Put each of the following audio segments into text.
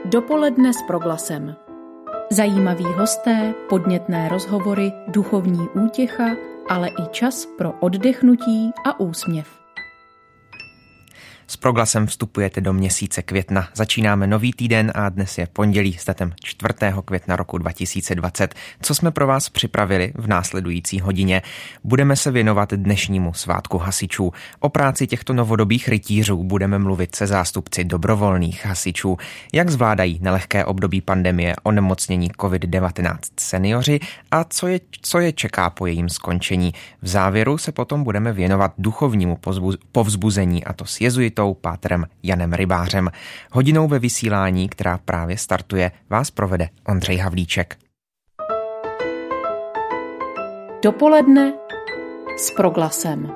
Dopoledne s Proglasem. Zajímaví hosté, podnětné rozhovory, duchovní útěcha, ale i čas pro oddechnutí a úsměv. S Proglasem vstupujete do měsíce května. Začínáme nový týden a dnes je pondělí s datem 4. května roku 2020. Co jsme pro vás připravili v následující hodině? Budeme se věnovat dnešnímu svátku hasičů. O práci těchto novodobých rytířů budeme mluvit se zástupci dobrovolných hasičů. Jak zvládají nelehké období pandemie, onemocnění COVID-19 seniori a co je čeká po jejím skončení. V závěru se potom budeme věnovat duchovnímu povzbuzení, a to s jezuitou pátrem Janem Rybářem. Hodinou ve vysílání, která právě startuje, vás provede Ondřej Havlíček. Dopoledne s Proglasem.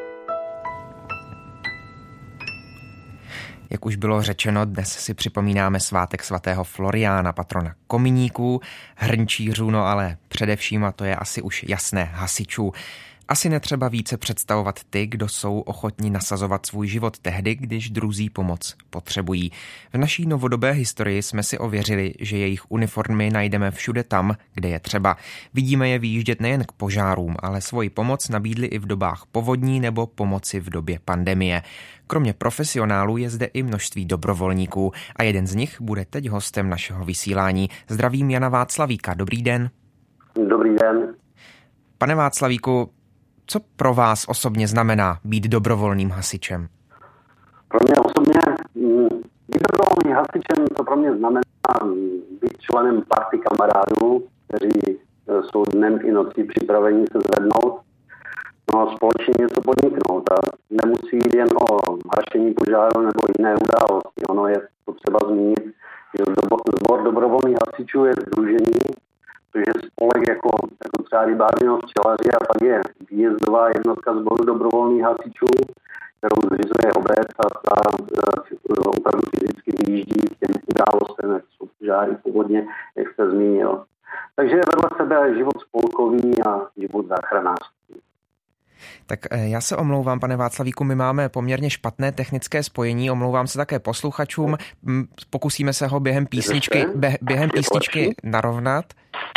Jak už bylo řečeno, dnes si připomínáme svátek svatého Floriána, patrona kominíků, hrnčířů, no ale především, a to je asi už jasné, hasičů. Asi netřeba více představovat ty, kdo jsou ochotni nasazovat svůj život tehdy, když druzí pomoc potřebují. V naší novodobé historii jsme si ověřili, že jejich uniformy najdeme všude tam, kde je třeba. Vidíme je vyjíždět nejen k požárům, ale svoji pomoc nabídli i v dobách povodní nebo pomoci v době pandemie. Kromě profesionálů je zde i množství dobrovolníků a jeden z nich bude teď hostem našeho vysílání. Zdravím Jana Václavíka, dobrý den. Dobrý den. Pane Václavíku, co pro vás osobně znamená být dobrovolným hasičem? Pro mě osobně být dobrovolným hasičem, to pro mě znamená být členem party kamarádů, kteří jsou dnem i nocí připraveni se zvednout, no a společně něco podniknout. A nemusí jít jen o hašení požáru nebo jiné události. Ono je potřeba zmínit, že sbor dobrovolných hasičů je sdružení, protože spolek jako třeba rybárního včelaři a pak je výjezdová jednotka sboru dobrovolných hasičů, kterou zřizuje obec a ta opravdu fyzicky vyjíždí k těm událostem, jak jsou požáry, povodně, jak jste zmínil. Takže vedle sebe život spolkový a život záchranářský. Tak já se omlouvám, pane Václavíku, my máme poměrně špatné technické spojení, omlouvám se také posluchačům, pokusíme se ho během písničky narovnat.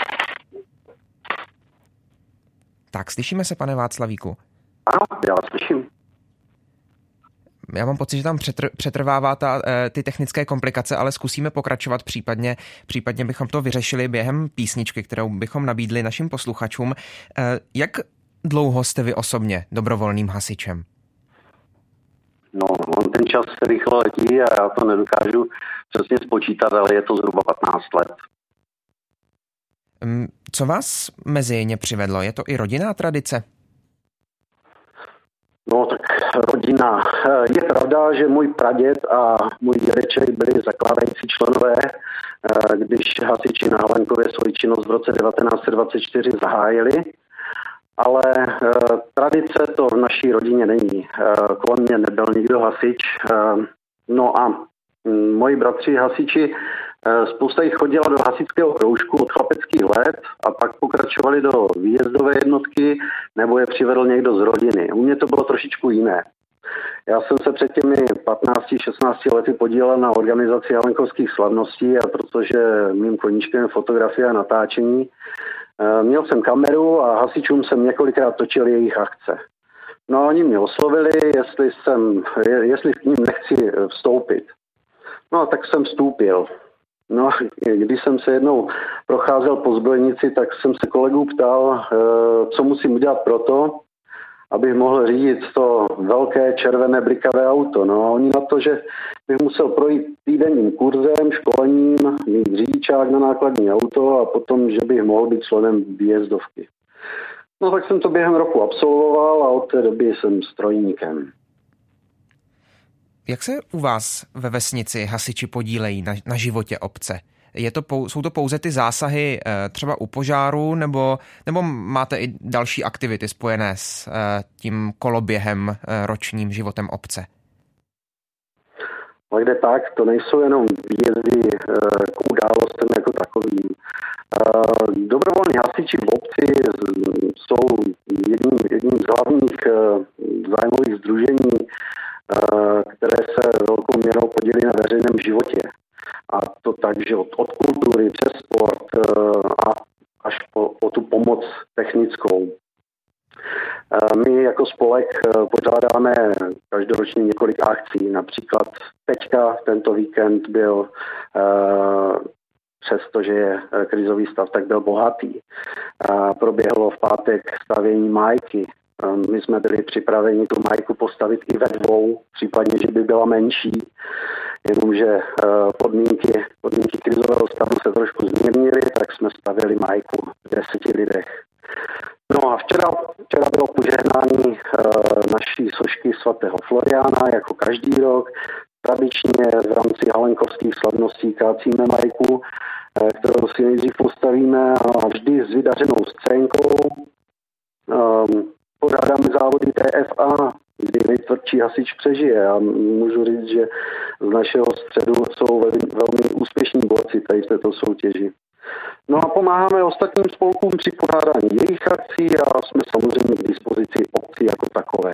Tak, slyšíme se, pane Václavíku? Ano, já slyším. Já mám pocit, že tam přetrvává ty technické komplikace, ale zkusíme pokračovat, případně bychom to vyřešili během písničky, kterou bychom nabídli našim posluchačům. Jak dlouho jste vy osobně dobrovolným hasičem? No, ten čas se rychle letí a já to nedokážu přesně spočítat, ale je to zhruba 15 let. Co vás mezi ně přivedlo? Je to i rodinná tradice? No tak rodina. Je pravda, že můj praděd a můj dědeček byli zakládající členové, když hasiči na Halenkově svoji činnost v roce 1924 zahájili. Ale tradice to v naší rodině není. Kolem mě nebyl nikdo hasič. No a moji bratři hasiči, spousta jich chodila do hasičského kroužku od chlapeckých let a pak pokračovali do výjezdové jednotky nebo je přivedl někdo z rodiny. U mě to bylo trošičku jiné. Já jsem se před těmi 15-16 lety podílel na organizaci halenkovských slavností a protože mým koníčkem je fotografie a natáčení, měl jsem kameru a hasičům jsem několikrát točil jejich akce. No a oni mě oslovili, jestli k ním nechci vstoupit. No a tak jsem vstoupil. No, když jsem se jednou procházel po zbrojnici, tak jsem se kolegů ptal, co musím udělat proto, abych mohl řídit to velké červené blikavé auto. No a oni na to, že bych musel projít týdenním kurzem, školením, mít řidičák na nákladní auto a potom, že bych mohl být členem výjezdovky. No tak jsem to během roku absolvoval a od té doby jsem strojníkem. Jak se u vás ve vesnici hasiči podílejí na životě obce? Jsou to pouze ty zásahy třeba u požáru, nebo máte i další aktivity spojené s tím koloběhem ročním životem obce? Ale kde tak, to nejsou jenom výjezdy k událostem jako takovým. Dobrovolní hasiči v obci jsou jedním z hlavních zájmových sdružení, které se velkou měrou podílí na veřejném životě. A to tak, že od kultury přes sport a až po tu pomoc technickou. My jako spolek pořádáme každoročně několik akcí. Například teďka tento víkend byl, přestože je krizový stav, tak byl bohatý. Proběhlo v pátek stavění májky. My jsme byli připraveni tu májku postavit i ve dvou, případně, že by byla menší. Jenomže podmínky krizového stavu se trošku zmírnily, tak jsme stavěli májku v 10 lidech. No a včera bylo požehnání naší sošky svatého Floriána, jako každý rok. Tradičně v rámci halenkovských slavností kácíme májku, kterou si nejdřív postavíme a vždy s vydařenou scénkou. Pořádáme závody TFA, kdy nejtvrdší hasič přežije. A můžu říct, že z našeho středu jsou velmi úspěšní borci tady v této soutěži. No a pomáháme ostatním spolkům při pořádání jejich akcí a jsme samozřejmě k dispozici obcí jako takové.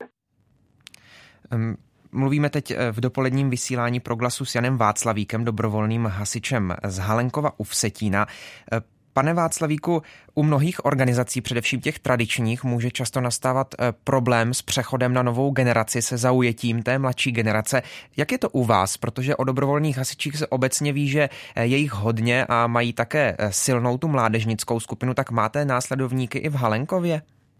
Mluvíme teď v dopoledním vysílání Proglasu s Janem Václavíkem, dobrovolným hasičem z Halenkova u Vsetína. Pane Václavíku, u mnohých organizací, především těch tradičních, může často nastávat problém s přechodem na novou generaci, se zaujetím té mladší generace. Jak je to u vás? Protože o dobrovolných hasičích se obecně ví, že je jich hodně a mají také silnou tu mládežnickou skupinu. Tak máte následovníky i v Halenkově?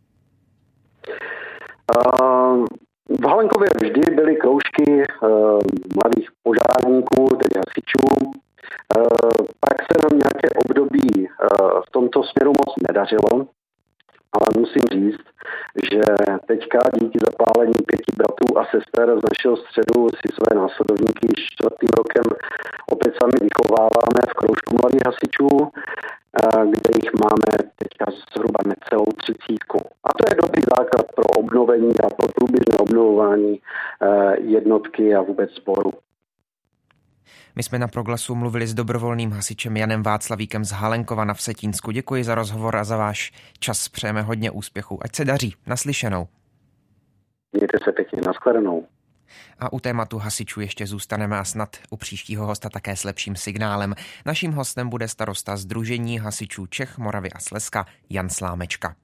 V Halenkově vždy byly kroužky mladých požárníků, tedy hasičů. Pak se nám nějaké období v tomto směru moc nedařilo, ale musím říct, že teďka díky zapálení 5 bratrů a sester z našeho středu si své následovníky 4. rokem opět sami vychováváme v kroužku mladých hasičů, kde jich máme teďka zhruba necelou 30. A to je dobrý základ pro obnovení a pro průběžné obnovování jednotky a vůbec sboru. My jsme na Proglasu mluvili s dobrovolným hasičem Janem Václavíkem z Halenkova na Vsetínsku. Děkuji za rozhovor a za váš čas. Přejeme hodně úspěchů. Ať se daří. Naslyšenou. Mějte se pěkně. Nashledanou. A u tématu hasičů ještě zůstaneme a snad u příštího hosta také s lepším signálem. Naším hostem bude starosta Sdružení hasičů Čech, Moravy a Slezska Jan Slámečka.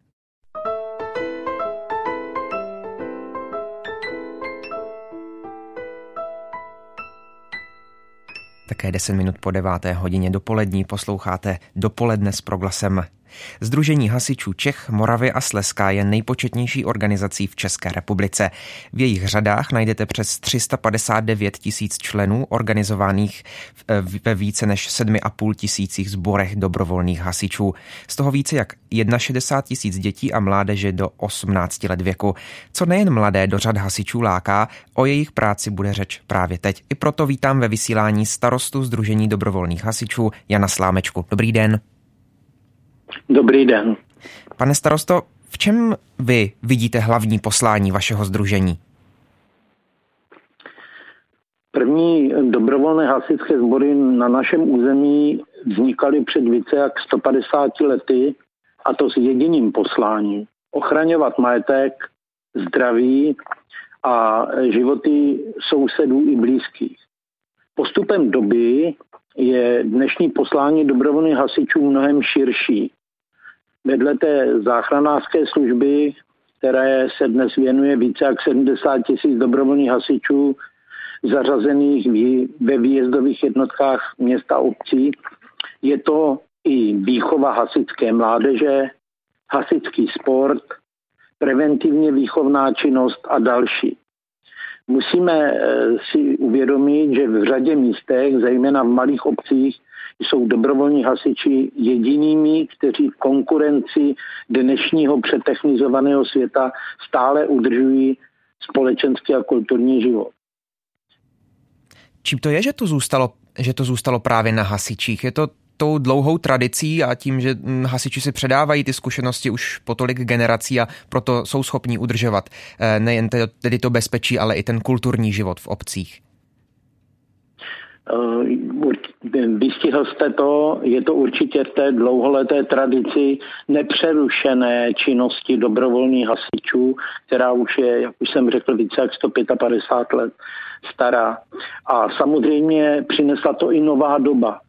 Také 10 minut po 9. hodině dopolední posloucháte Dopoledne s Proglasem. Sdružení hasičů Čech, Moravy a Slezska je nejpočetnější organizací v České republice. V jejich řadách najdete přes 359 000 členů organizovaných ve více než 7,5 tisících sborech dobrovolných hasičů. Z toho více jak 61 000 dětí a mládeže do 18 let věku. Co nejen mladé do řad hasičů láká, o jejich práci bude řeč právě teď. I proto vítám ve vysílání starostu Sdružení dobrovolných hasičů Jana Slámečku. Dobrý den. Dobrý den. Pane starosto, v čem vy vidíte hlavní poslání vašeho sdružení? První dobrovolné hasičské sbory na našem území vznikaly před více jak 150 lety, a to s jediným posláním. Ochraňovat majetek, zdraví a životy sousedů i blízkých. Postupem doby je dnešní poslání dobrovolných hasičů mnohem širší. Vedle té záchranářské služby, které se dnes věnuje více jak 70 000 dobrovolných hasičů zařazených ve výjezdových jednotkách měst a obcí, je to i výchova hasičské mládeže, hasičský sport, preventivně výchovná činnost a další. Musíme si uvědomit, že v řadě místech, zejména v malých obcích, jsou dobrovolní hasiči jedinými, kteří v konkurenci dnešního přetechnizovaného světa stále udržují společenský a kulturní život. Čím to je, že to zůstalo právě na hasičích? Je to tou dlouhou tradicí a tím, že hasiči si předávají ty zkušenosti už po tolik generací a proto jsou schopni udržovat nejen tedy to bezpečí, ale i ten kulturní život v obcích? Vystihl jste to, je to určitě v té dlouholeté tradici nepřerušené činnosti dobrovolných hasičů, která už je, jak už jsem řekl, více jak 155 let stará. A samozřejmě přinesla to i nová doba,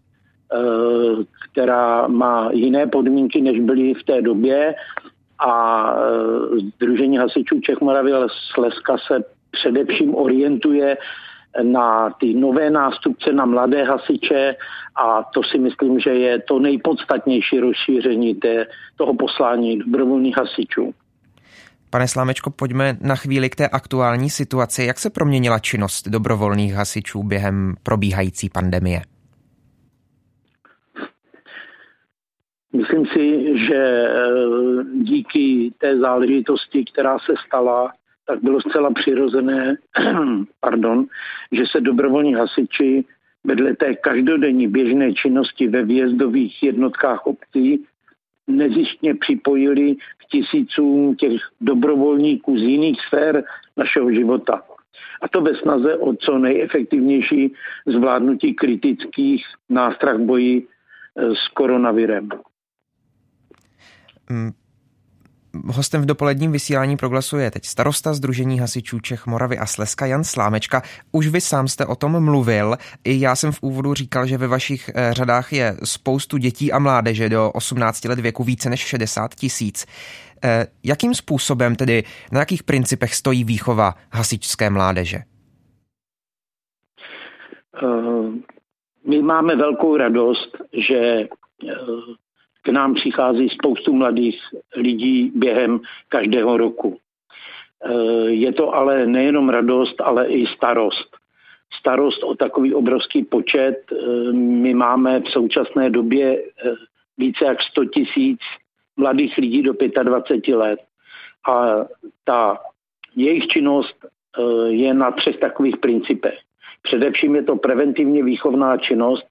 která má jiné podmínky, než byly v té době. A Sdružení hasičů Čech, Moravy a Slezska se především orientuje na ty nové nástupce, na mladé hasiče, a to si myslím, že je to nejpodstatnější rozšíření toho poslání dobrovolných hasičů. Pane Slámečko, pojďme na chvíli k té aktuální situaci. Jak se proměnila činnost dobrovolných hasičů během probíhající pandemie? Myslím si, že díky té záležitosti, která se stala, tak bylo zcela přirozené, že se dobrovolní hasiči vedle té každodenní běžné činnosti ve výjezdových jednotkách obcí nezištně připojili k tisícům těch dobrovolníků z jiných sfér našeho života. A to ve snaze o co nejefektivnější zvládnutí kritických nástrah boji s koronavirem. Hostem v dopoledním vysílání Proglasu je teď starosta Sdružení hasičů Čech, Moravy a Slezska Jan Slámečka. Už vy sám jste o tom mluvil. I já jsem v úvodu říkal, že ve vašich řadách je spoustu dětí a mládeže do 18 let věku, více než 60 000. Jakým způsobem, tedy na jakých principech stojí výchova hasičské mládeže? My máme velkou radost, že k nám přichází spoustu mladých lidí během každého roku. Je to ale nejenom radost, ale i starost. Starost o takový obrovský počet. My máme v současné době více jak 100 000 mladých lidí do 25 let. A ta jejich činnost je na 3 takových principech. Především je to preventivně výchovná činnost,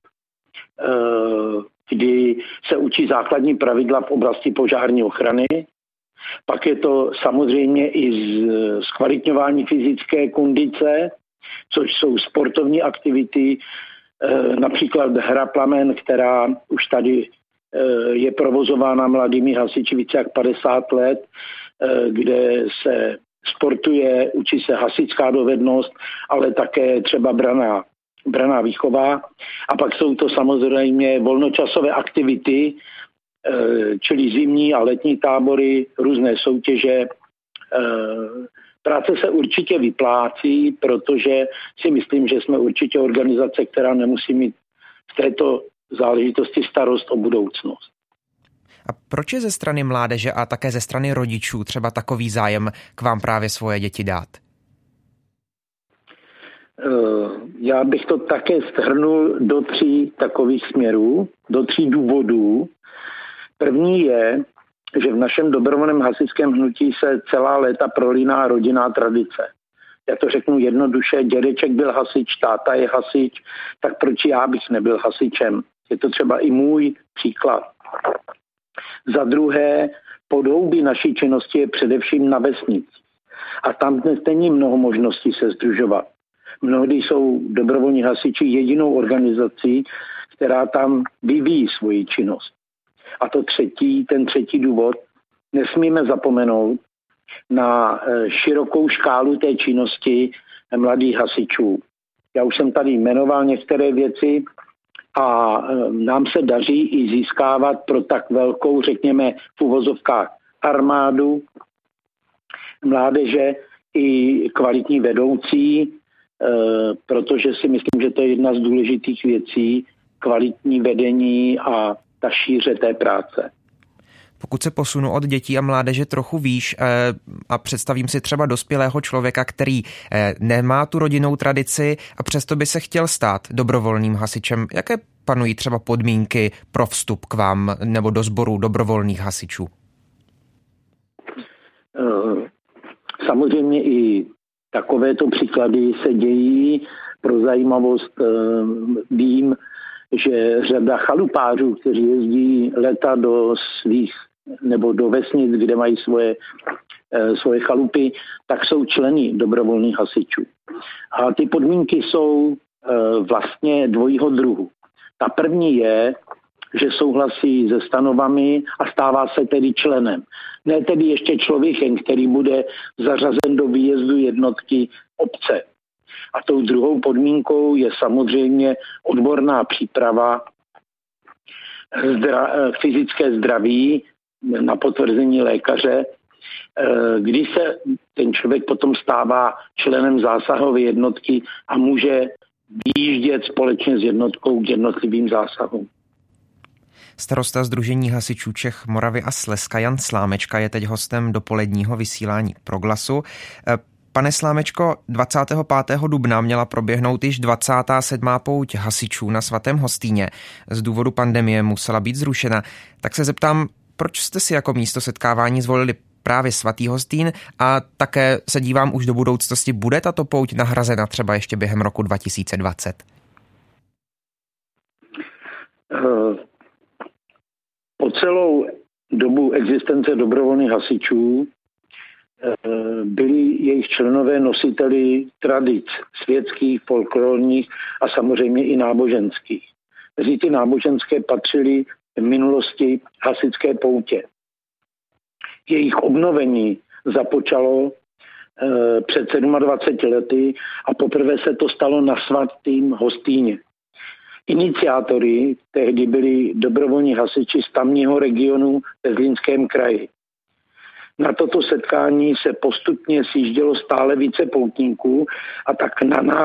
kdy se učí základní pravidla v oblasti požární ochrany. Pak je to samozřejmě i zkvalitňování fyzické kondice, což jsou sportovní aktivity, například hra Plamen, která už tady je provozována mladými hasiči více jak 50 let, kde se sportuje, učí se hasičská dovednost, ale také třeba branná výchova. A pak jsou to samozřejmě volnočasové aktivity, čili zimní a letní tábory, různé soutěže. Práce se určitě vyplácí, protože si myslím, že jsme určitě organizace, která nemusí mít v této záležitosti starost o budoucnost. A proč je ze strany mládeže a také ze strany rodičů třeba takový zájem k vám právě svoje děti dát? Já bych to také shrnul do 3 takových směrů, do 3 důvodů. První je, že v našem dobrovolném hasičském hnutí se celá léta prolíná rodinná tradice. Já to řeknu jednoduše, dědeček byl hasič, táta je hasič, tak proč já bych nebyl hasičem? Je to třeba i můj příklad. Za druhé, podhoubí naší činnosti je především na vesnicích. A tam dnes není mnoho možností se sdružovat. Mnohdy jsou dobrovolní hasiči jedinou organizací, která tam vyvíjí svoji činnost. A ten třetí důvod, nesmíme zapomenout na širokou škálu té činnosti mladých hasičů. Já už jsem tady jmenoval některé věci a nám se daří i získávat pro tak velkou, řekněme v uvozovkách, armádu mládeže i kvalitní vedoucí, protože si myslím, že to je jedna z důležitých věcí, kvalitní vedení a ta šíře té práce. Pokud se posunu od dětí a mládeže trochu výš a představím si třeba dospělého člověka, který nemá tu rodinnou tradici a přesto by se chtěl stát dobrovolným hasičem, jaké panují třeba podmínky pro vstup k vám nebo do sboru dobrovolných hasičů? Samozřejmě i takovéto příklady se dějí. Pro zajímavost vím, že řada chalupářů, kteří jezdí leta do svých nebo do vesnic, kde mají svoje chalupy, tak jsou členy dobrovolných hasičů. A ty podmínky jsou vlastně dvojího druhu. Ta první je, že souhlasí se stanovami a stává se tedy členem. Ne tedy ještě člověkem, který bude zařazen do výjezdu jednotky obce. A tou druhou podmínkou je samozřejmě odborná příprava, fyzické zdraví na potvrzení lékaře, kdy se ten člověk potom stává členem zásahové jednotky a může vyjíždět společně s jednotkou k jednotlivým zásahům. Starosta Sdružení hasičů Čech, Moravy a Slezska Jan Slámečka je teď hostem dopoledního vysílání Proglasu. Pane Slámečko, 25. dubna měla proběhnout již 27. pouť hasičů na Svatém Hostýně. Z důvodu pandemie musela být zrušena. Tak se zeptám, proč jste si jako místo setkávání zvolili právě Svatý Hostýn a také se dívám už do budoucnosti, bude tato pouť nahrazena třeba ještě během roku 2020? Po celou dobu existence dobrovolných hasičů byli jejich členové nositeli tradic světských, folklorních a samozřejmě i náboženských. Mezi ty náboženské patřily v minulosti hasičské poutě. Jejich obnovení započalo před 27 lety a poprvé se to stalo na Svatém Hostýně. Iniciátory tehdy byli dobrovolní hasiči z tamního regionu ve Zlínském kraji. Na toto setkání se postupně sjíždělo stále více poutníků a tak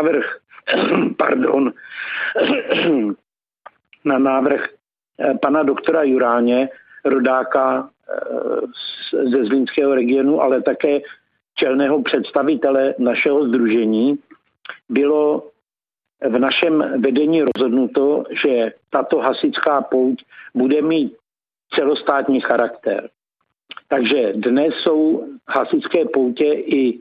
na návrh pana doktora Juráně, rodáka ze Zlínského regionu, ale také čelného představitele našeho sdružení, bylo v našem vedení rozhodnuto, že tato hasičská pouť bude mít celostátní charakter. Takže dnes jsou hasičské poutě i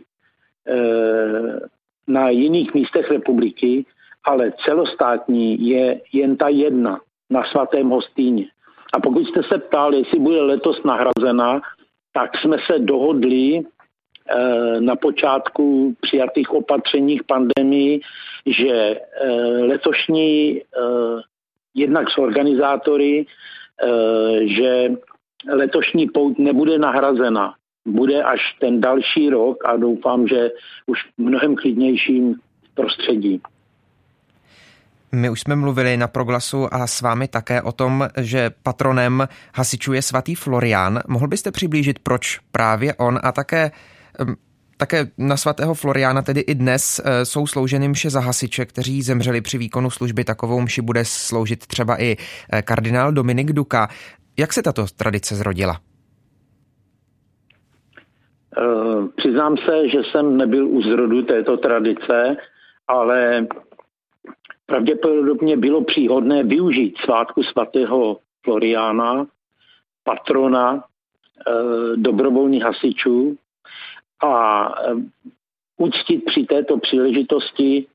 na jiných místech republiky, ale celostátní je jen ta jedna na Svatém Hostýně. A pokud jste se ptali, jestli bude letos nahrazena, tak jsme se dohodli na počátku přijatých opatřeních pandemii, že letošní jednak s organizátory, že letošní pouť nebude nahrazena. Bude až ten další rok a doufám, že už v mnohem klidnějším prostředí. My už jsme mluvili na Proglasu a s vámi také o tom, že patronem hasičů je svatý Florián. Mohl byste přiblížit, proč právě on a také na svatého Floriána tedy i dnes jsou slouženy mše za hasiče, kteří zemřeli při výkonu služby. Takovou mši bude sloužit třeba i kardinál Dominik Duka. Jak se tato tradice zrodila? Přiznám se, že jsem nebyl u zrodu této tradice, ale pravděpodobně bylo příhodné využít svátku svatého Floriána, patrona dobrovolných hasičů, a uctít při této příležitosti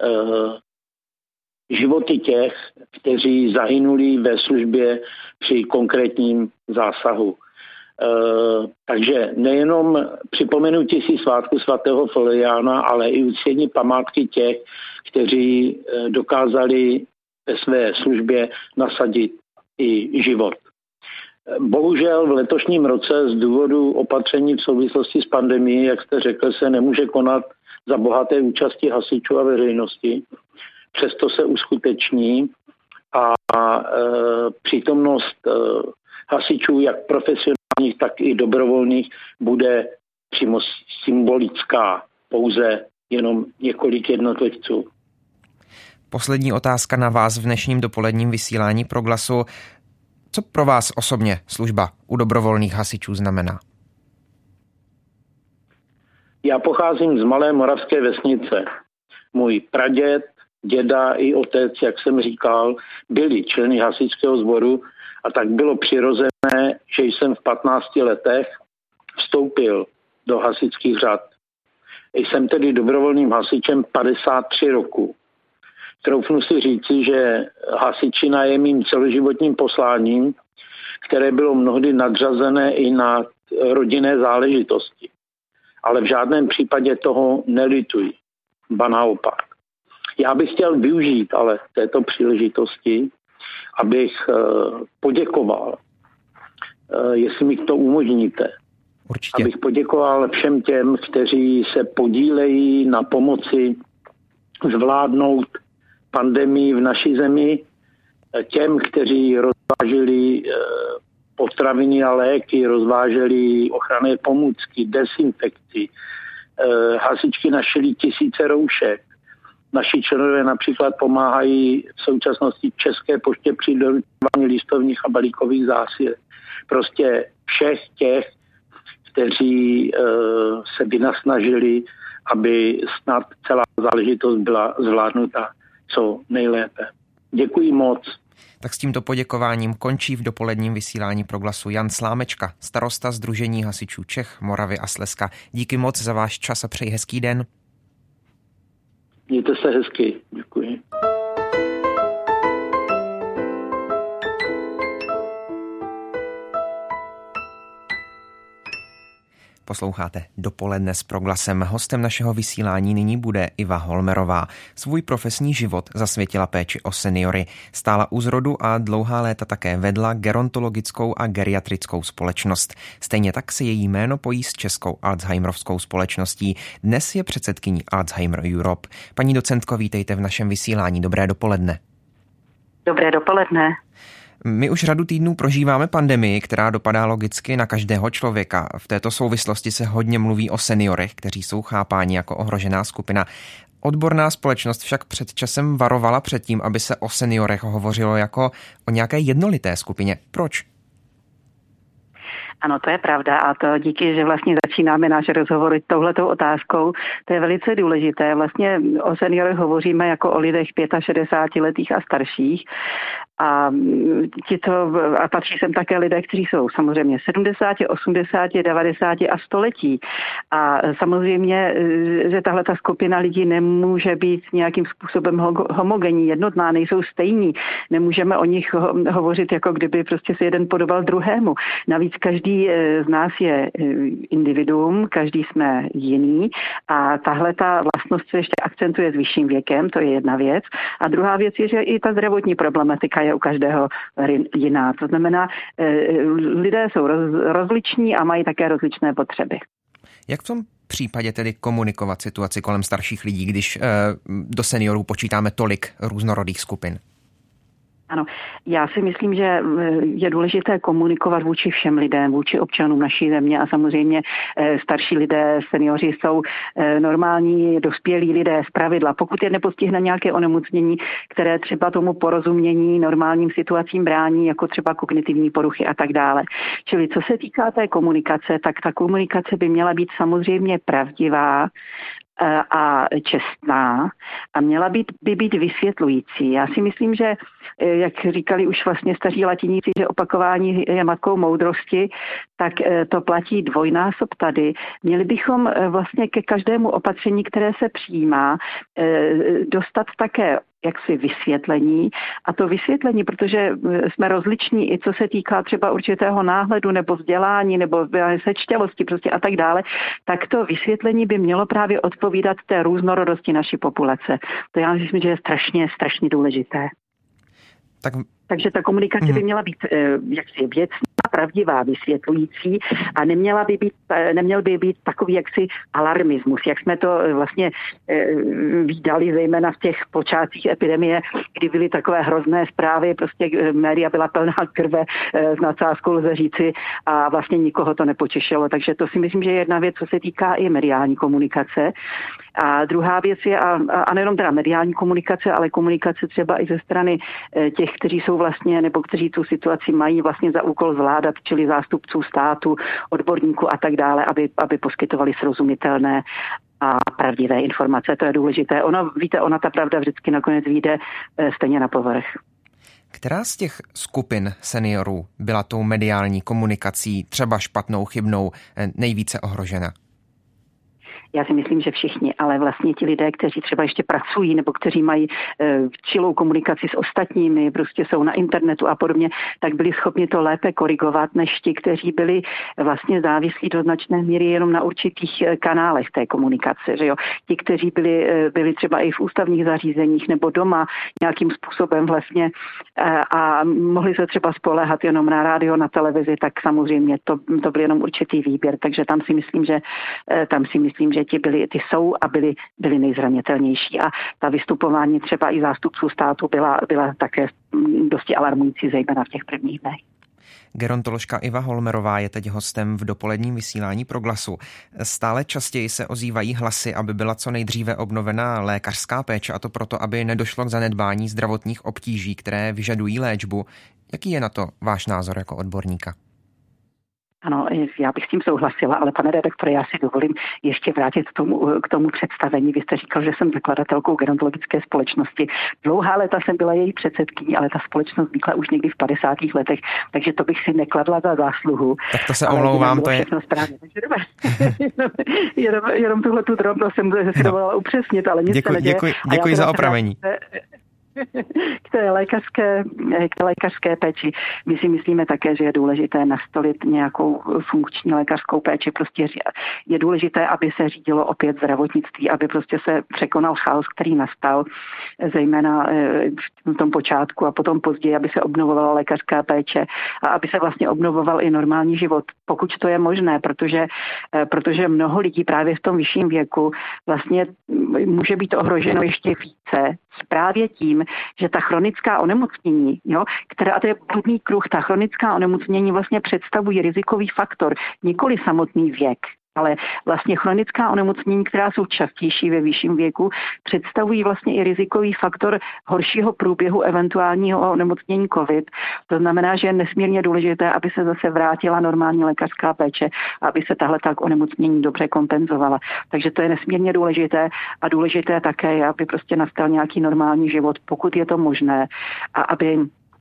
životy těch, kteří zahynuli ve službě při konkrétním zásahu. Takže nejenom připomenutí si svátku svatého Floriána, ale i uctění památky těch, kteří dokázali ve své službě nasadit i život. Bohužel v letošním roce z důvodu opatření v souvislosti s pandemií, jak jste řekl, se nemůže konat za bohaté účasti hasičů a veřejnosti. Přesto se uskuteční a přítomnost hasičů, jak profesionálních, tak i dobrovolných, bude přímo symbolická, pouze jenom několik jednotlivců. Poslední otázka na vás v dnešním dopoledním vysílání Proglasu. Co pro vás osobně služba u dobrovolných hasičů znamená? Já pocházím z malé moravské vesnice. Můj praděd, děda i otec, jak jsem říkal, byli členy hasičského sboru a tak bylo přirozené, že jsem v 15 letech vstoupil do hasičských řad. Jsem tedy dobrovolným hasičem 53 roku. Troufnu si říci, že hasičina je mým celoživotním posláním, které bylo mnohdy nadřazené i na rodinné záležitosti. Ale v žádném případě toho nelituji. Ba naopak. Já bych chtěl využít ale této příležitosti, abych poděkoval, jestli mi to umožníte. Určitě. Abych poděkoval všem těm, kteří se podílejí na pomoci zvládnout pandemii v naší zemi, těm, kteří rozváželi potraviny a léky, rozváželi ochranné pomůcky, dezinfekci. Hasičky našily tisíce roušek. Naši členové například pomáhají v současnosti České poště při doručování listovních a balíkových zásil. Prostě všech těch, kteří se vynasnažili, aby snad celá záležitost byla zvládnuta co nejlépe. Děkuji moc. Tak s tímto poděkováním končí v dopoledním vysílání Proglasu Jan Slámečka, starosta Sdružení hasičů Čech, Moravy a Slezska. Díky moc za váš čas a přeji hezký den. Mějte se hezky. Děkuji. Posloucháte Dopoledne s Proglasem. Hostem našeho vysílání nyní bude Iva Holmerová. Svůj profesní život zasvětila péči o seniory. Stála u zrodu a dlouhá léta také vedla gerontologickou a geriatrickou společnost. Stejně tak se její jméno pojí s Českou Alzheimerovskou společností. Dnes je předsedkyní Alzheimer Europe. Paní docentko, vítejte v našem vysílání. Dobré dopoledne. Dobré dopoledne. My už řadu týdnů prožíváme pandemii, která dopadá logicky na každého člověka. V této souvislosti se hodně mluví o seniorech, kteří jsou chápáni jako ohrožená skupina. Odborná společnost však před časem varovala před tím, aby se o seniorech hovořilo jako o nějaké jednolité skupině. Proč? Ano, to je pravda a to díky, že vlastně začínáme náš rozhovor touhletou otázkou, to je velice důležité. Vlastně o seniorech hovoříme jako o lidech 65letých a starších a patří sem také lidé, kteří jsou samozřejmě 70, 80, 90 a 100 letí. A samozřejmě, že tahle ta skupina lidí nemůže být nějakým způsobem homogenní, jednotná, nejsou stejní. Nemůžeme o nich hovořit, jako kdyby prostě se jeden podobal druhému. Navíc každý z nás je individuum, každý jsme jiný a tahle ta vlastnost se ještě akcentuje s vyšším věkem, to je jedna věc. A druhá věc je, že i ta zdravotní problematika je u každého jiná. To znamená, lidé jsou rozliční a mají také rozličné potřeby. Jak v tom případě tedy komunikovat situaci kolem starších lidí, když do seniorů počítáme tolik různorodých skupin? Ano, já si myslím, že je důležité komunikovat vůči všem lidem, vůči občanům naší země a samozřejmě starší lidé, seniori jsou normální, dospělí lidé zpravidla. Pokud je nepostihne nějaké onemocnění, které třeba tomu porozumění normálním situacím brání, jako třeba kognitivní poruchy a tak dále. Čili co se týká té komunikace, tak ta komunikace by měla být samozřejmě pravdivá a čestná a měla by být vysvětlující. Já si myslím, že, jak říkali už vlastně staří latiníci, že opakování je matkou moudrosti, tak to platí dvojnásob tady. Měli bychom vlastně ke každému opatření, které se přijímá, dostat také jaksi vysvětlení. A to vysvětlení, protože jsme rozliční i co se týká třeba určitého náhledu nebo vzdělání nebo sečtělosti prostě a tak dále, tak to vysvětlení by mělo právě odpovídat té různorodosti naší populace. To já myslím, že je strašně důležité. Takže ta komunikace by měla být jaksi věcná, pravdivá, vysvětlující a neměl by být takový jaksi alarmismus, jak jsme to vlastně vídali zejména v těch počátcích epidemie, kdy byly takové hrozné zprávy, prostě média byla plná krve, s nadsázkou lze říci a vlastně nikoho to nepotěšilo. Takže to si myslím, že je jedna věc, co se týká i mediální komunikace. A druhá věc je, a nejenom teda mediální komunikace, ale komunikace třeba i ze strany těch, kteří jsou vlastně, nebo kteří tu situaci mají vlastně za úkol zvládat, čili zástupců státu, odborníků a tak dále, aby poskytovali srozumitelné a pravdivé informace. To je důležité. Ona ta pravda vždycky nakonec vyjde stejně na povrch. Která z těch skupin seniorů byla tou mediální komunikací, třeba špatnou, chybnou, nejvíce ohrožena? Já si myslím, že všichni, ale vlastně ti lidé, kteří třeba ještě pracují nebo kteří mají čilou komunikaci s ostatními, prostě jsou na internetu a podobně, tak byli schopni to lépe korigovat, než ti, kteří byli vlastně závislí do značné míry jenom na určitých kanálech té komunikace. Že jo? Ti, kteří byli třeba i v ústavních zařízeních nebo doma nějakým způsobem vlastně a mohli se třeba spoléhat jenom na rádio, na televizi, tak samozřejmě to byl jenom určitý výběr, takže tam si myslím, že ty jsou a byli nejzranitelnější a ta vystupování třeba i zástupců státu byla také dosti alarmující, zejména v těch prvních dnech. Gerontoložka Iva Holmerová je teď hostem v dopoledním vysílání Proglasu. Stále častěji se ozývají hlasy, aby byla co nejdříve obnovena lékařská péče, a to proto, aby nedošlo k zanedbání zdravotních obtíží, které vyžadují léčbu. Jaký je na to váš názor jako odborníka? Ano, já bych s tím souhlasila, ale pane redaktore, já si dovolím ještě vrátit k tomu představení. Vy jste říkal, že jsem zakladatelkou gerontologické společnosti. Dlouhá léta jsem byla její předsedkyní, ale ta společnost vznikla už někdy v 50. letech, takže to bych si nekladla za zásluhu. Tak to se omlouvám, to je... Správně, takže jenom tuhletu drobnost jsem si dovolila upřesnit, ale nic se neděje. Děkuji za opravení. K té lékařské péči. My si myslíme také, že je důležité nastolit nějakou funkční lékařskou péči. Prostě je důležité, aby se řídilo opět zdravotnictví, aby prostě se překonal chaos, který nastal, zejména v tom počátku a potom později, aby se obnovovala lékařská péče a aby se vlastně obnovoval i normální život, pokud to je možné, protože mnoho lidí právě v tom vyšším věku vlastně může být ohroženo ještě více právě tím, že ta chronická onemocnění, a to je bludný kruh, ta chronická onemocnění vlastně představují rizikový faktor, nikoli samotný věk, ale vlastně chronická onemocnění, která jsou častější ve vyšším věku, představují vlastně i rizikový faktor horšího průběhu eventuálního onemocnění COVID. To znamená, že je nesmírně důležité, aby se zase vrátila normální lékařská péče, aby se tahle tak onemocnění dobře kompenzovala. Takže to je nesmírně důležité a důležité také, aby prostě nastal nějaký normální život, pokud je to možné, a aby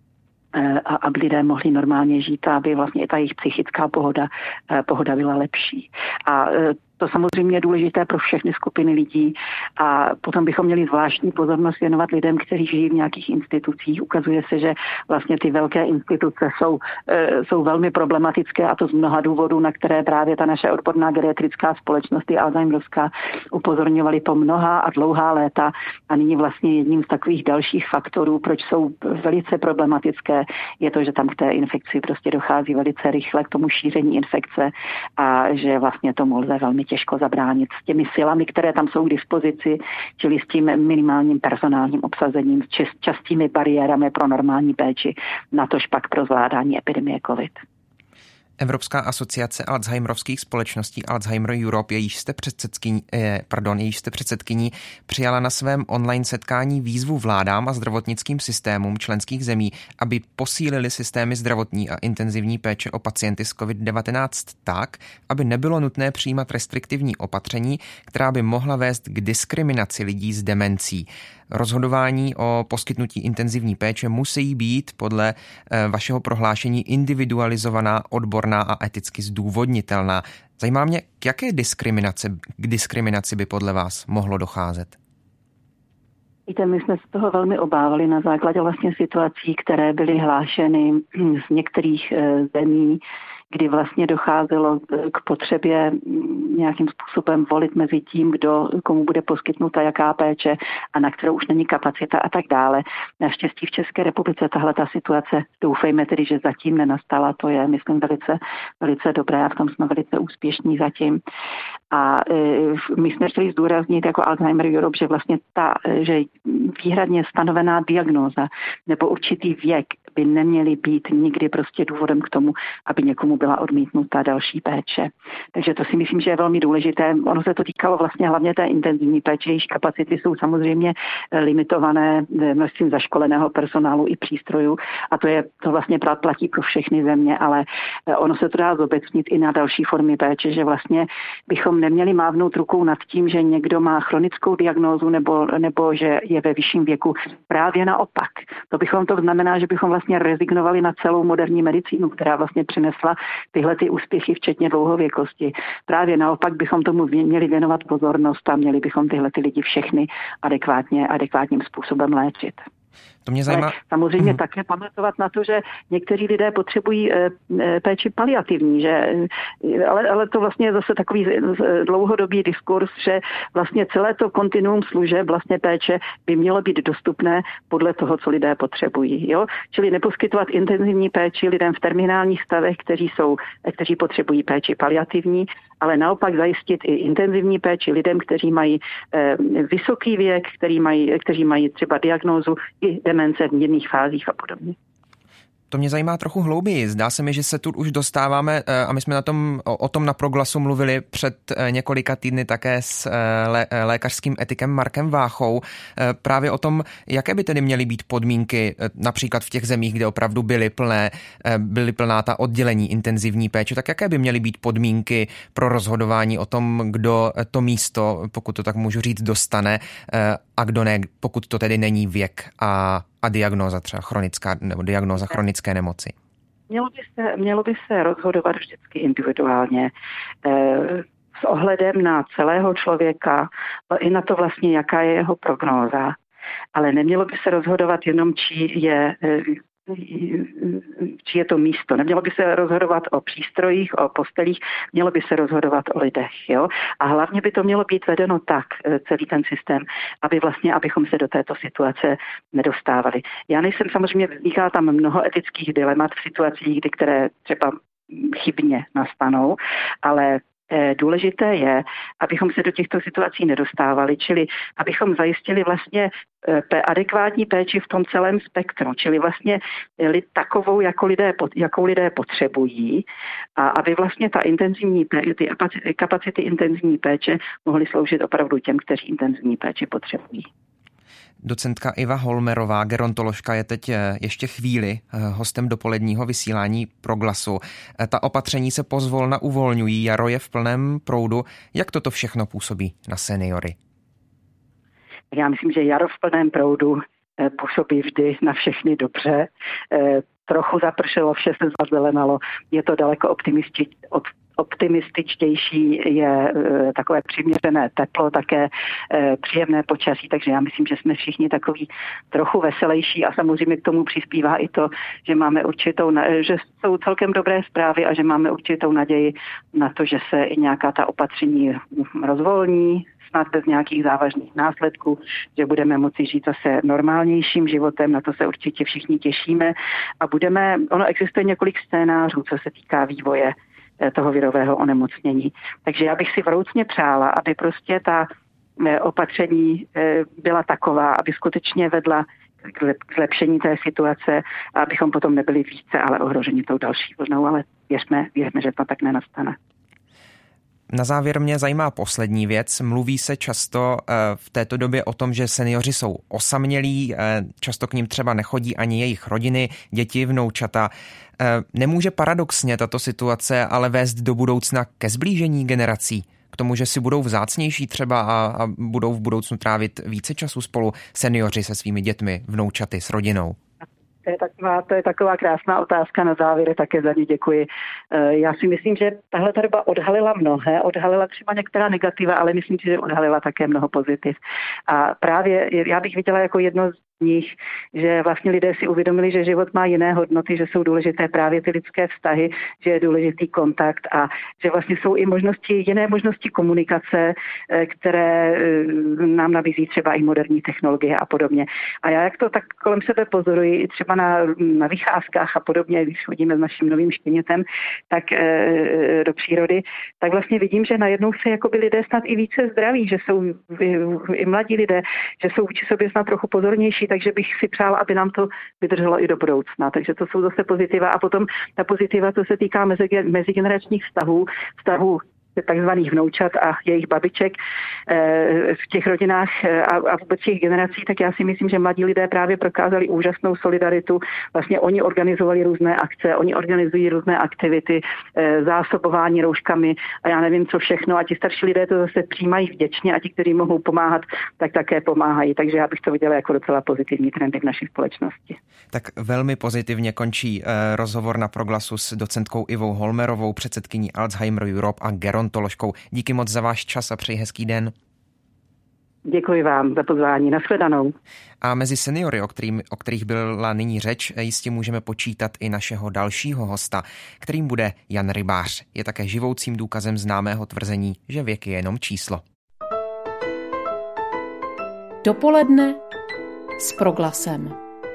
lidé mohli normálně žít a aby vlastně i ta jejich psychická pohoda byla lepší. A to samozřejmě je důležité pro všechny skupiny lidí a potom bychom měli zvláštní pozornost věnovat lidem, kteří žijí v nějakých institucích. Ukazuje se, že vlastně ty velké instituce jsou velmi problematické a to z mnoha důvodů, na které právě ta naše odborná geriatrická společnost i Alzheimerovská upozorňovaly po mnoha a dlouhá léta a nyní vlastně jedním z takových dalších faktorů, proč jsou velice problematické, je to, že tam k té infekci prostě dochází velice rychle k tomu šíření infekce a že vlastně tomu lze velmi těžko zabránit s těmi silami, které tam jsou k dispozici, čili s tím minimálním personálním obsazením, s častými bariérami pro normální péči, natož pak pro zvládání epidemie COVID. Evropská asociace alzheimerovských společností Alzheimer Europe, jejíž jste předsedkyní, přijala na svém online setkání výzvu vládám a zdravotnickým systémům členských zemí, aby posílili systémy zdravotní a intenzivní péče o pacienty s COVID-19 tak, aby nebylo nutné přijímat restriktivní opatření, která by mohla vést k diskriminaci lidí s demencí. Rozhodování o poskytnutí intenzivní péče musí být podle vašeho prohlášení individualizovaná, odborná a eticky zdůvodnitelná. Zajímá mě, k jaké diskriminaci by podle vás mohlo docházet? Víte, my jsme se toho velmi obávali na základě vlastně situací, které byly hlášeny z některých zemí, kdy vlastně docházelo k potřebě nějakým způsobem volit mezi tím, komu bude poskytnuta jaká péče a na kterou už není kapacita a tak dále. Naštěstí v České republice tahle ta situace, doufejme tedy, že zatím nenastala, to je, myslím, velice, velice dobré a v tom jsme velice úspěšní zatím. A my jsme chtěli zdůraznit jako Alzheimer Europe, že vlastně že výhradně stanovená diagnóza nebo určitý věk by neměly být nikdy prostě důvodem k tomu, aby někomu byla odmítnuta další péče. Takže to si myslím, že je velmi důležité. Ono se to týkalo vlastně hlavně té intenzivní péče, jejíž kapacity jsou samozřejmě limitované množstvím zaškoleného personálu i přístrojů a to vlastně platí pro všechny země, ale ono se to dá zobecnit i na další formy péče, že vlastně bychom neměli mávnout rukou nad tím, že někdo má chronickou diagnózu nebo že je ve vyšším věku. Právě naopak. To znamená, že bychom vlastně rezignovali na celou moderní medicínu, která vlastně přinesla tyhle ty úspěchy, včetně dlouhověkosti. Právě naopak bychom tomu měli věnovat pozornost a měli bychom tyhle ty lidi všechny adekvátním způsobem léčit. To mě zajímá. Ale samozřejmě také pamatovat na to, že někteří lidé potřebují péči paliativní, ale to vlastně je zase takový dlouhodobý diskurs, že vlastně celé to kontinuum služeb vlastně péče by mělo být dostupné podle toho, co lidé potřebují. Jo? Čili neposkytovat intenzivní péči lidem v terminálních stavech, kteří potřebují péči paliativní, ale naopak zajistit i intenzivní péči lidem, kteří mají vysoký věk, kteří mají třeba diagnózu i demence v mírných fázích a podobně. To mě zajímá trochu hlouběji. Zdá se mi, že se tu už dostáváme, a my jsme o tom na Proglasu mluvili před několika týdny také s lékařským etikem Markem Váchou, právě o tom, jaké by tedy měly být podmínky například v těch zemích, kde opravdu byly plná ta oddělení intenzivní péče, tak jaké by měly být podmínky pro rozhodování o tom, kdo to místo, pokud to tak můžu říct, dostane a kdo ne, pokud to tedy není věk a diagnóza třeba chronická nebo diagnóza chronické nemoci? Mělo by se rozhodovat vždycky individuálně s ohledem na celého člověka i na to vlastně, jaká je jeho prognóza. Ale nemělo by se rozhodovat jenom, či je to místo. Nemělo by se rozhodovat o přístrojích, o postelích, mělo by se rozhodovat o lidech. Jo? A hlavně by to mělo být vedeno tak, celý ten systém, abychom se do této situace nedostávali. Já nejsem samozřejmě, vzniká tam mnoho etických dilemat v situacích, které třeba chybně nastanou, ale důležité je, abychom se do těchto situací nedostávali, čili abychom zajistili vlastně adekvátní péči v tom celém spektru, čili vlastně takovou, jakou lidé potřebují, a aby vlastně ty kapacity intenzivní péče mohly sloužit opravdu těm, kteří intenzivní péči potřebují. Docentka Iva Holmerová, gerontoložka, je teď ještě chvíli hostem dopoledního vysílání Proglasu. Ta opatření se pozvolna uvolňují, jaro je v plném proudu. Jak toto všechno působí na seniory? Já myslím, že jaro v plném proudu působí vždy na všechny dobře. Trochu zapršelo, vše se zazelenalo. Je to daleko optimističtější, je takové přiměřené teplo, také příjemné počasí, takže já myslím, že jsme všichni takový trochu veselější a samozřejmě k tomu přispívá i to, že máme že jsou celkem dobré zprávy a že máme určitou naději na to, že se i nějaká ta opatření rozvolní, snad bez nějakých závažných následků, že budeme moci žít zase normálnějším životem, na to se určitě všichni těšíme a ono existuje několik scénářů, co se týká vývoje toho virového onemocnění. Takže já bych si vroucně přála, aby prostě ta opatření byla taková, aby skutečně vedla k zlepšení té situace a abychom potom nebyli více ale ohroženi tou další vlnou, ale věřme, že to tak nenastane. Na závěr mě zajímá poslední věc. Mluví se často v této době o tom, že seniori jsou osamělí, často k nim třeba nechodí ani jejich rodiny, děti, vnoučata. Nemůže paradoxně tato situace ale vést do budoucna ke zblížení generací? K tomu, že si budou vzácnější třeba a budou v budoucnu trávit více času spolu seniori se svými dětmi, vnoučaty, s rodinou? To je taková krásná otázka na závěr, také za ní děkuji. Já si myslím, že tahle doba odhalila třeba některá negativa, ale myslím si, že odhalila také mnoho pozitiv. A právě já bych viděla jako jedno z nich, že vlastně lidé si uvědomili, že život má jiné hodnoty, že jsou důležité právě ty lidské vztahy, že je důležitý kontakt a že vlastně jsou i jiné možnosti komunikace, které nám nabízí třeba i moderní technologie a podobně. A já jak to tak kolem sebe pozoruji, i třeba na vycházkách a podobně, když chodíme s naším novým štěnětem, tak do přírody, tak vlastně vidím, že najednou se jakoby lidé snad i více zdraví, že jsou i mladí lidé, že jsou vůči sobě snad trochu pozornější, takže bych si přála, aby nám to vydrželo i do budoucna. Takže to jsou zase pozitiva. A potom ta pozitiva, co se týká mezigeneračních vztahů takzvaných vnoučat a jejich babiček v těch rodinách a vůbec těch generací, tak já si myslím, že mladí lidé právě prokázali úžasnou solidaritu. Vlastně oni organizovali různé akce, oni organizují různé aktivity, zásobování rouškami a já nevím, co všechno. A ti starší lidé to zase přijímají vděčně a ti, kteří mohou pomáhat, tak také pomáhají. Takže já bych to viděla jako docela pozitivní trendy v naší společnosti. Tak velmi pozitivně končí rozhovor na Proglasu s docentkou Ivou Holmerovou, předsedkyní Alzheimer Europe a gerontoložkou. Díky moc za váš čas a přeji hezký den. Děkuji vám za pozvání. Nashledanou. A mezi seniory, o kterých byla nyní řeč, jistě můžeme počítat i našeho dalšího hosta, kterým bude Jan Rybář. Je také živoucím důkazem známého tvrzení, že věk je jenom číslo. Dopoledne s Proglasem.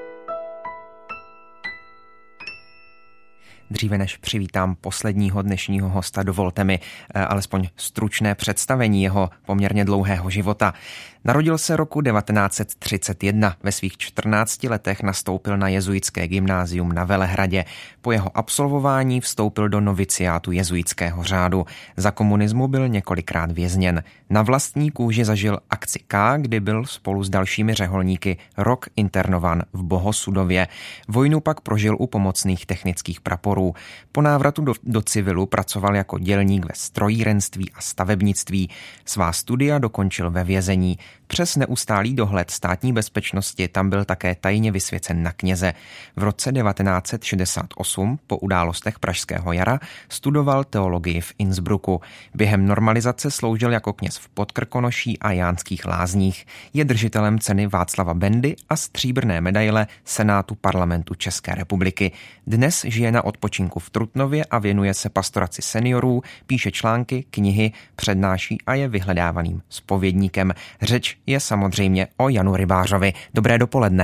Dříve než přivítám posledního dnešního hosta, dovolte mi alespoň stručné představení jeho poměrně dlouhého života. Narodil se roku 1931. Ve svých 14 letech nastoupil na jezuitské gymnázium na Velehradě. Po jeho absolvování vstoupil do noviciátu jezuitského řádu. Za komunismu byl několikrát vězněn. Na vlastní kůži zažil akci K, kdy byl spolu s dalšími řeholníky rok internován v Bohosudově. Vojnu pak prožil u pomocných technických praporů. Po návratu do civilu pracoval jako dělník ve strojírenství a stavebnictví. Svá studia dokončil ve vězení. Přes neustálý dohled státní bezpečnosti tam byl také tajně vysvěcen na kněze. V roce 1968 po událostech Pražského jara studoval teologii v Innsbrucku. Během normalizace sloužil jako kněz v Podkrkonoší a Jánských Lázních. Je držitelem ceny Václava Bendy a stříbrné medaile Senátu Parlamentu České republiky. Dnes žije na odpočinku v Trutnově a věnuje se pastoraci seniorů, píše články, knihy, přednáší a je vyhledávaným zpovědníkem. Řeč je samozřejmě o Janu Rybářovi. Dobré dopoledne.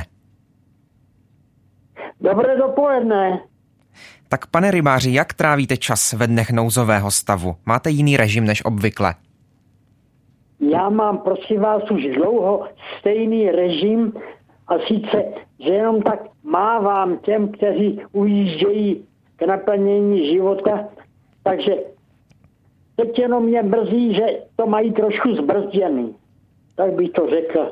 Dobré dopoledne. Tak pane Rybáři, jak trávíte čas ve dnech nouzového stavu? Máte jiný režim než obvykle? Já mám, prosím vás, už dlouho stejný režim a sice, že jenom tak mávám těm, kteří ujíždějí k naplnění života, takže teď jenom mě mrzí, že to mají trošku zbrzděný. Tak bych to řekl.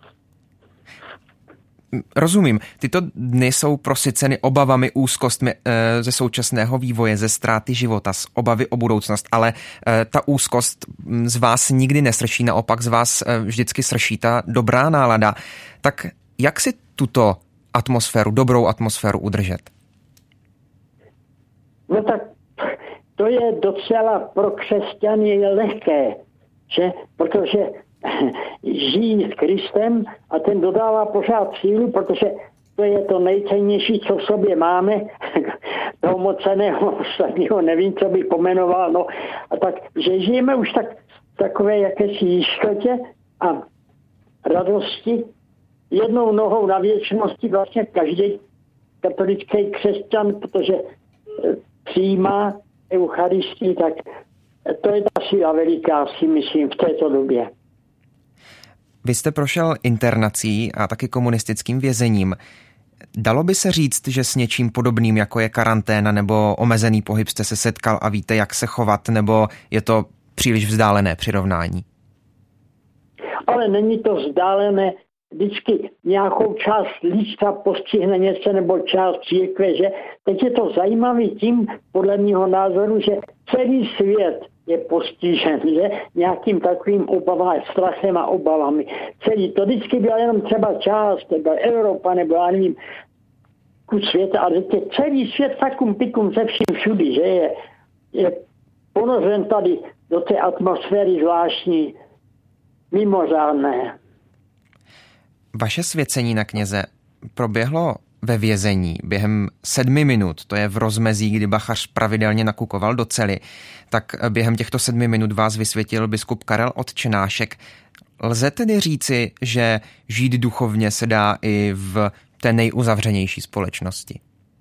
Rozumím. Tyto dny jsou prosyceny obavami, úzkostmi ze současného vývoje, ze ztráty života, z obavy o budoucnost, ale ta úzkost z vás nikdy nesrší, naopak z vás vždycky srší ta dobrá nálada. Tak jak si tuto atmosféru, dobrou atmosféru udržet? No tak to je docela pro křesťany lehké, že? Protože žijí s Kristem a ten dodává pořád sílu, protože to je to nejcennější, co v sobě máme. Toho moceného ostatního nevím, co bych pomenoval. No, a tak, že žijeme už takové jakési jistotě a radosti. Jednou nohou na věčnosti vlastně každý katolický křesťan, protože přijímá Eucharistii, tak to je ta síla veliká, si myslím, v této době. Vy jste prošel internací a taky komunistickým vězením. Dalo by se říct, že s něčím podobným, jako je karanténa nebo omezený pohyb, jste se setkal a víte, jak se chovat, nebo je to příliš vzdálené přirovnání? Ale není to vzdálené. Vždycky nějakou část lidstva postihne něco nebo část církve, že teď je to zajímavý tím, podle mého názoru, že celý svět je postižen, že nějakým takovým obavám, strachem a obavami. Celý, to vždycky byla jenom třeba část, nebo Evropa, nebo já nevím, kus světa, ale celý svět takum pikum ze vším všudy, že je ponořen tady do té atmosféry zvláštní, mimořádné. Vaše svěcení na kněze proběhlo ve vězení během 7 minut, to je v rozmezí, kdy bachař pravidelně nakukoval do cely, tak během těchto 7 minut vás vysvětil biskup Karel Otčenášek. Lze tedy říci, že žít duchovně se dá i v té nejuzavřenější společnosti?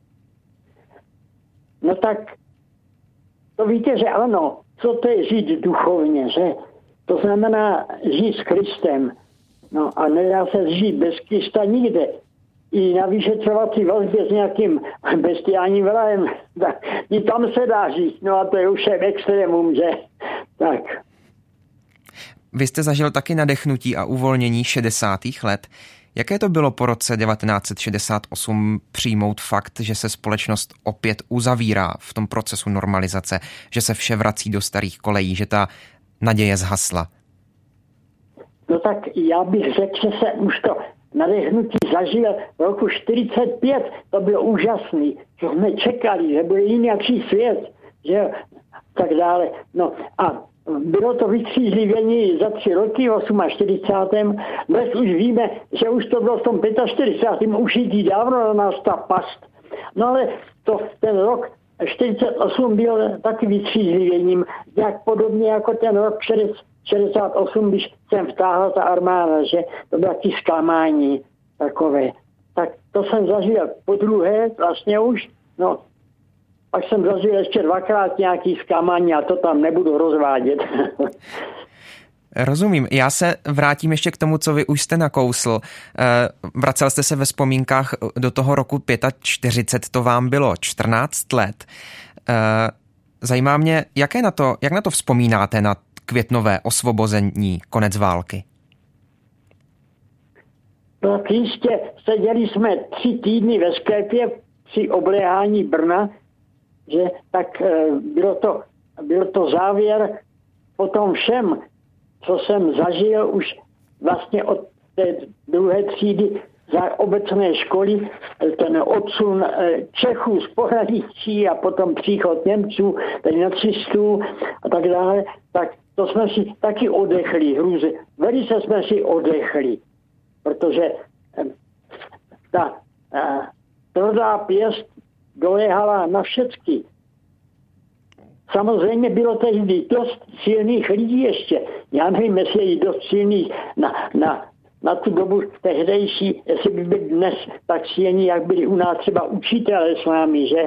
No tak, to víte, že ano, co to je žít duchovně, že? To znamená žít s Kristem. No a nedá se žít bez Krista nikde. I na vyšetřovací vazbě s nějakým bestiálním vrahem. I tam se dá žít. No a to je už extrémum, že? Tak. Vy jste zažil taky nadechnutí a uvolnění 60. let. Jaké to bylo po roce 1968 přijmout fakt, že se společnost opět uzavírá v tom procesu normalizace, že se vše vrací do starých kolejí, že ta naděje zhasla? No tak já bych řekl, že se už to nadechnutí zažil v roku 45. To bylo úžasný, že jsme čekali, že bude jiný svět, že tak dále. No a bylo to vystřízlivění za 3 roky, v 48. Dnes už víme, že už to bylo v tom 45. už jít dávno na nás ta past. No ale ten rok 48 byl taky vystřízlivěním, jak podobně jako ten rok 68, když jsem vtáhla ta armáda, že to bylo taky zklamání takové. Tak to jsem zažil podruhé vlastně už, no. Pak jsem zažil ještě 2krát nějaký zklamání a to tam nebudu rozvádět. Rozumím. Já se vrátím ještě k tomu, co vy už jste nakousl. Vracel jste se ve vzpomínkách do toho roku 45, to vám bylo 14 let. Zajímá mě, jak na to vzpomínáte, na květnové osvobození, konec války? Tak jistě, seděli jsme 3 týdny ve sklepě při obléhání Brna, že tak byl to závěr po tom všem, co jsem zažil už vlastně od té 2. třídy za obecné školy, ten odsun Čechů z pohraničí a potom příchod Němců, tedy nacistů a tak dále, tak to jsme si taky odechli, hrůzy. Velice jsme si odechli, protože ta tvrdá pěst doléhala na všecky. Samozřejmě bylo tehdy dost silných lidí ještě. Já nevím, jestli je dost silných na tu dobu tehdejší, jestli by byli dnes tak silní, jak byli u nás třeba učitelé s námi, že?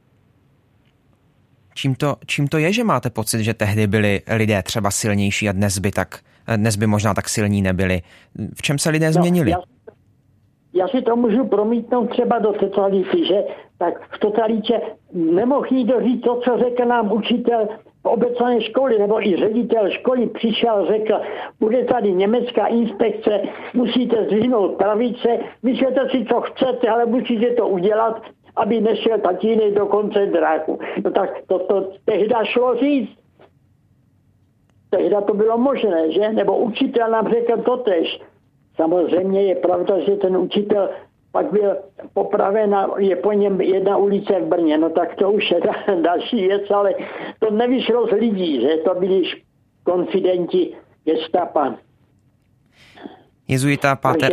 Čím to je, že máte pocit, že tehdy byli lidé třeba silnější a dnes by možná tak silní nebyli? V čem se lidé změnili? Já si to můžu promítnout třeba do totality, že tak v totalitě nemohl nikdo říct to, co řekl nám učitel v obecné školy, nebo i ředitel školy přišel, řekl, bude tady německá inspekce, musíte zdvihnout pravice, myslíte si, co chcete, ale musíte to udělat, aby nešel tatínek do koncentráku. No tak to tehda šlo říct. Tehda to bylo možné, že? Nebo učitel nám řekl totéž. Samozřejmě je pravda, že ten učitel pak byl popraven a je po něm jedna ulice v Brně. No tak to už je další věc, ale to nevyšlo z lidí, že to byli konfidenti gestapa. Jezuita páter...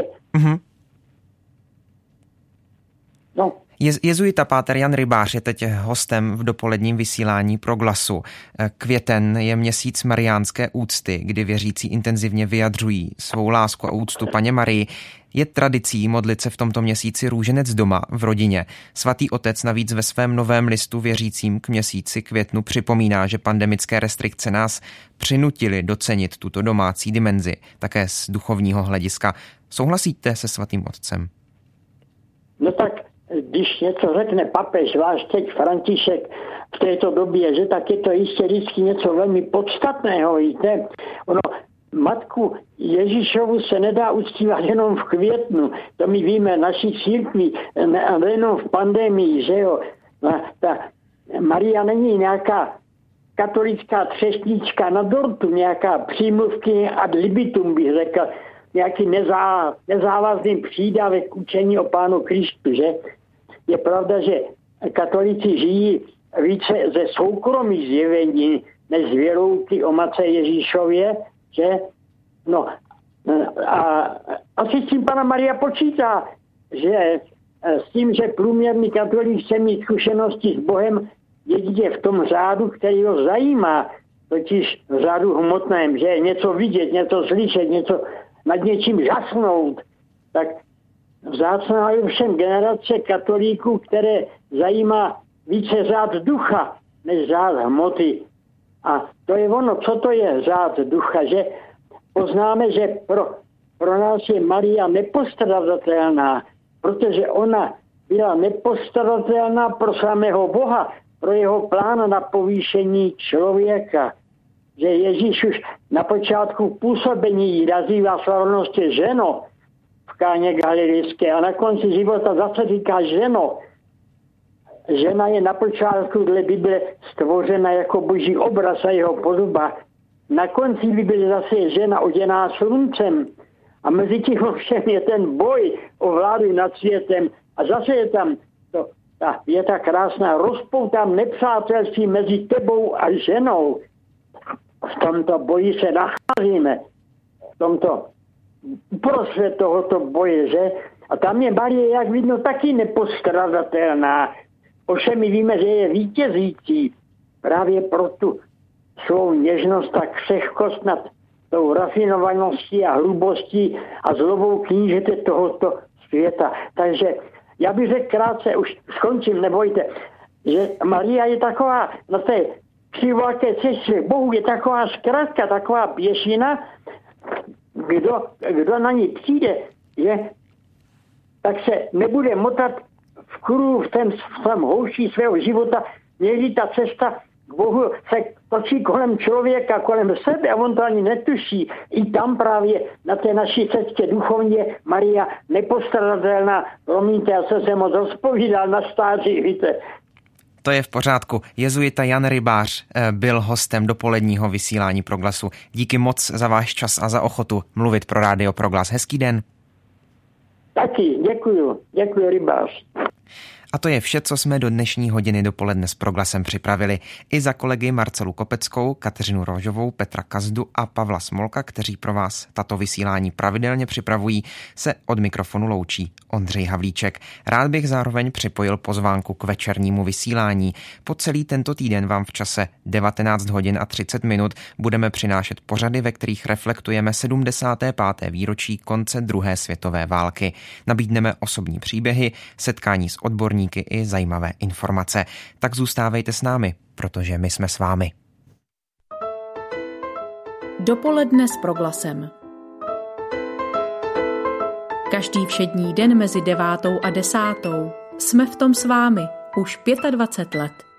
No. Jezuita páter Jan Rybář je teď hostem v dopoledním vysílání Proglasu. Květen je měsíc mariánské úcty, kdy věřící intenzivně vyjadřují svou lásku a úctu Panně Marii. Je tradicí modlit se v tomto měsíci růženec doma, v rodině. Svatý otec navíc ve svém novém listu věřícím k měsíci květnu připomíná, že pandemické restrikce nás přinutily docenit tuto domácí dimenzi, také z duchovního hlediska. Souhlasíte se svatým otcem? No tak když něco řekne papež, váš teď František v této době, že tak je to jistě vždycky něco velmi podstatného, víte. Ono, matku Ježíšovu se nedá uctívat jenom v květnu, to my víme, naší církvi, nejenom v pandemii, že jo. Ta Maria není nějaká katolická třešnička na dortu, nějaká přímluvky ad libitum, bych řekl, nějaký nezávazný přídavek k učení o Pánu Kristu, že? Je pravda, že katolíci žijí více ze soukromí zjevení, než z věrouky o matce Ježíšově, že? No a asi s tím Panna Maria počítá, že s tím, že průměrný katolík chce mít zkušenosti s Bohem jedině v tom řádu, který ho zajímá, totiž v řádu hmotném, že něco vidět, něco slyšet, něco nad něčím žasnout, tak vzácná je všem generace katolíků, které zajímá více řád ducha, než řád hmoty. A to je ono, co to je řád ducha, že poznáme, že pro nás je Maria nepostradatelná, protože ona byla nepostradatelná pro samého Boha, pro jeho plán na povýšení člověka. že Ježíš už na počátku působení ji nazývá slavnostě ženo v Káně Galilejské a na konci života zase říká ženo. Žena je na počátku dle Bible stvořena jako boží obraz a jeho podoba. Na konci Bible zase je žena oděná sluncem. A mezi tím ovšem je ten boj o vládu nad světem. A zase je tam je ta krásná, rozpoutám nepřátelství mezi tebou a ženou. V tomto boji se nacházíme. V tomto uprostřed tohoto boje, že? A tam je Marie, jak vidno, taky nepostradatelná. Ovšem my víme, že je vítězící právě pro tu svou něžnost a křehkost nad tou rafinovaností a hrubostí a zlobou knížete tohoto světa. Takže já bych řekl krátce, už skončím, nebojte, že Maria je taková na té křivoké cestě Bohu je taková zkratka, taková pěšina, kdo na ní přijde, tak se nebude motat v kruhu v tom houští svého života. Někdy ta cesta k Bohu se točí kolem člověka, kolem sebe a on to ani netuší. I tam právě na té naší cestě duchovně Maria nepostradatelná. Promiňte, já jsem se moc rozpovídal na stáří, víte. To je v pořádku. Jezuita Jan Rybář byl hostem dopoledního vysílání Proglasu. Díky moc za váš čas a za ochotu mluvit pro Rádio Proglas. Hezký den. Taky, děkuju Rybář. A to je vše, co jsme do dnešní hodiny dopoledne s Proglasem připravili. I za kolegy Marcelu Kopeckou, Kateřinu Rožovou, Petra Kazdu a Pavla Smolka, kteří pro vás tato vysílání pravidelně připravují, se od mikrofonu loučí Ondřej Havlíček. Rád bych zároveň připojil pozvánku k večernímu vysílání. Po celý tento týden vám v čase 19 hodin a 30 minut budeme přinášet pořady, ve kterých reflektujeme 75. výročí konce druhé světové války. Nabídneme osobní příběhy, setkání s odborníky i zajímavé informace. Tak zůstávejte s námi, protože my jsme s vámi. Dopoledne s Proglasem. Každý všední den mezi 9. a 10. jsme v tom s vámi už 25 let.